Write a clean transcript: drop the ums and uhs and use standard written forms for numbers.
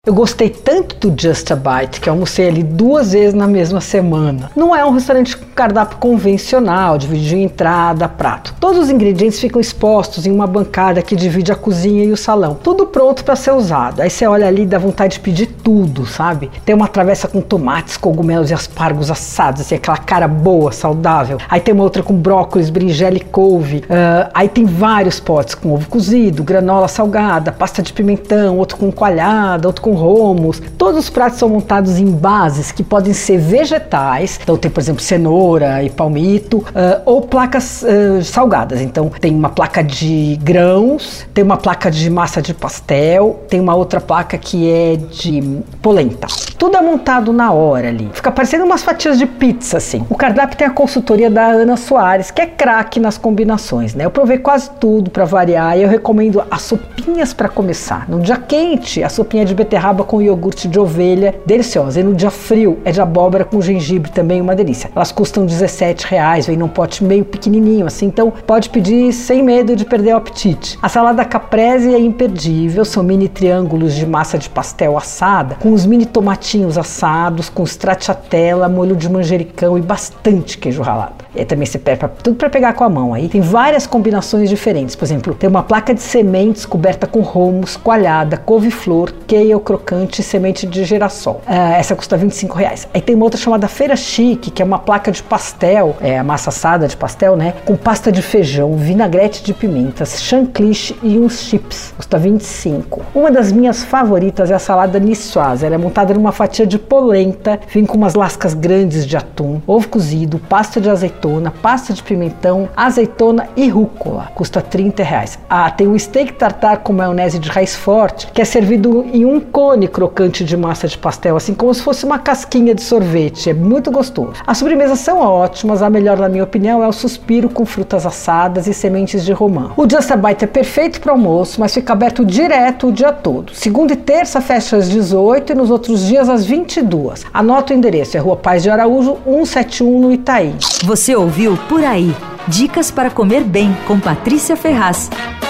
Eu gostei tanto do Just a Bite que eu almocei ali 2 vezes na mesma semana. Não é um restaurante com cardápio convencional, dividido em entrada, prato. Todos os ingredientes ficam expostos em uma bancada que divide a cozinha e o salão. Tudo pronto para ser usado. Aí você olha ali e dá vontade de pedir tudo, sabe? Tem uma travessa com tomates, cogumelos e aspargos assados, assim, aquela cara boa, saudável. Aí tem uma outra com brócolis, berinjela e couve. Aí tem vários potes com ovo cozido, granola salgada, pasta de pimentão, outro com coalhada, outro com romos. Todos os pratos são montados em bases que podem ser vegetais, então tem, por exemplo, cenoura e palmito, ou placas salgadas. Então tem uma placa de grãos, tem uma placa de massa de pastel, tem uma outra placa que é de polenta. Tudo é montado na hora ali. Fica parecendo umas fatias de pizza, assim. O cardápio tem a consultoria da Ana Soares, que é craque nas combinações, né? Eu provei quase tudo para variar e eu recomendo as sopinhas para começar. No dia quente, a sopinha de beterraba com iogurte de ovelha, deliciosa. E no dia frio, é de abóbora com gengibre, também uma delícia. Elas custam R$17, vem num pote meio pequenininho, assim, então pode pedir sem medo de perder o apetite. A salada caprese é imperdível, são mini triângulos de massa de pastel assada, com os mini tomatinhos assados, com stracciatella, molho de manjericão e bastante queijo ralado. E aí também você pega tudo para pegar com a mão. Aí tem várias combinações diferentes. Por exemplo, tem uma placa de sementes coberta com romos, coalhada, couve-flor, kale crocante e semente de girassol. Essa custa R$25. Aí tem uma outra chamada Feira Chique, que é uma placa de pastel, a massa assada de pastel, né? Com pasta de feijão, vinagrete de pimentas, chantilly e uns chips. Custa R$25. Uma das minhas favoritas é a salada niçoise. Ela é montada numa fatia de polenta, vem com umas lascas grandes de atum, ovo cozido, pasta de azeitona, pasta de pimentão, azeitona e rúcula. Custa R$30. Tem o steak tartar com maionese de raiz forte, que é servido em um cone crocante de massa de pastel, assim como se fosse uma casquinha de sorvete. É muito gostoso. As sobremesas são ótimas. A melhor, na minha opinião, é o suspiro com frutas assadas e sementes de romã. O Just a Bite é perfeito para almoço, mas fica aberto direto o dia todo. Segunda e terça fecha às 18 e nos outros dias às 22. Anota o endereço, é Rua Paz de Araújo, 171 no Itaim. Você ouviu Por Aí. Dicas para comer bem com Patrícia Ferraz.